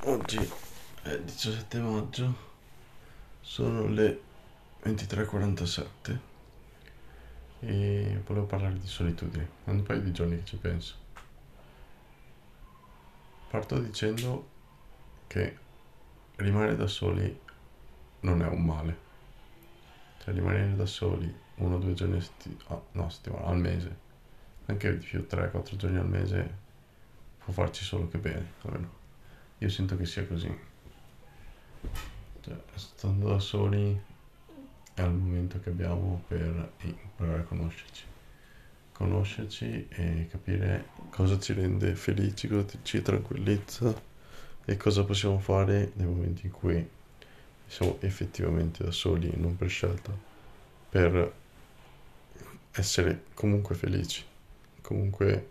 Oggi è il 17 maggio, sono le 23:47 e volevo parlare di solitudine. È un paio di giorni che ci penso. Parto dicendo che rimanere da soli non è un male. Cioè rimanere da soli 1 o 2 giorni settimana, al mese, anche di più, 3-4 giorni al mese, può farci solo che bene, almeno. Io sento che sia così. Cioè, stando da soli è il momento che abbiamo per imparare a conoscerci e capire cosa ci rende felici, cosa ci tranquillizza e cosa possiamo fare nei momenti in cui siamo effettivamente da soli e non per scelta, per essere comunque felici, comunque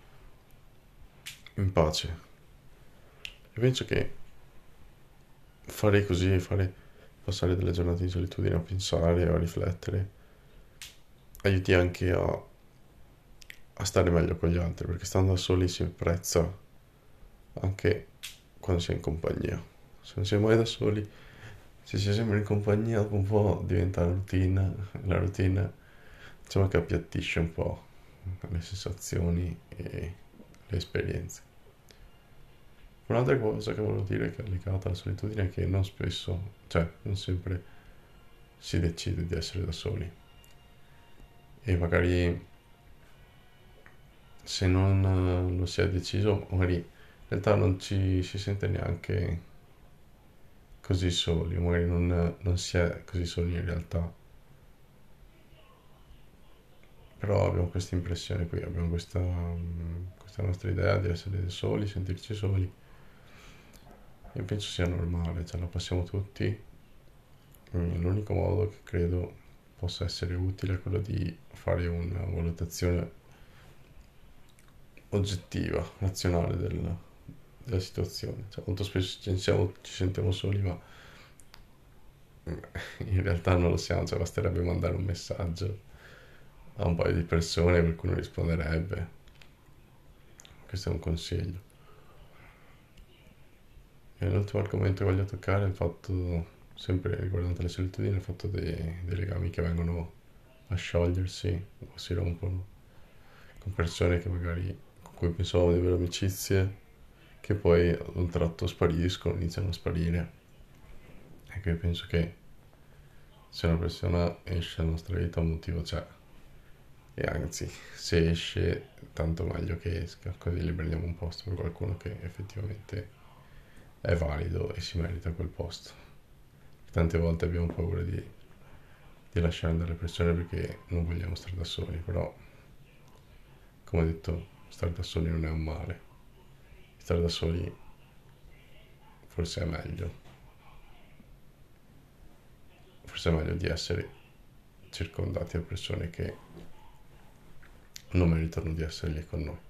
in pace. E penso che fare così, passare delle giornate di solitudine a pensare, a riflettere, aiuti anche a stare meglio con gli altri, perché stando da soli si apprezza anche quando si è in compagnia. Se non si è mai da soli, se si è sempre in compagnia, dopo un po' diventa routine, la routine diciamo che appiattisce un po' le sensazioni e le esperienze. Un'altra cosa che volevo dire che è legata alla solitudine è che non spesso, cioè non sempre si decide di essere da soli e magari se non lo si è deciso, magari in realtà non ci si sente neanche così soli, o magari non si è così soli in realtà, però abbiamo questa impressione qui, abbiamo questa nostra idea di essere soli, sentirci soli, e penso sia normale, ce la passiamo tutti. L'unico modo che credo possa essere utile è quello di fare una valutazione oggettiva, razionale della situazione. Cioè, molto spesso ci sentiamo soli, ma in realtà non lo siamo, cioè basterebbe mandare un messaggio a un paio di persone, qualcuno risponderebbe. Questo è un consiglio. E l'ultimo argomento che voglio toccare è il fatto, sempre riguardante le solitudini, il fatto dei legami che vengono a sciogliersi o si rompono con persone che magari con cui pensavamo di avere amicizie, che poi ad un tratto spariscono, iniziano a sparire. Ecco, io penso che se una persona esce dalla nostra vita un motivo c'è. E anzi, se esce, tanto meglio che esca, così liberiamo un posto per qualcuno che effettivamente è valido e si merita quel posto. Tante volte abbiamo paura di lasciare andare le persone perché non vogliamo stare da soli, però, come ho detto, stare da soli non è un male. Stare da soli forse è meglio. Forse è meglio di essere circondati da persone che non meritano di essere lì con noi.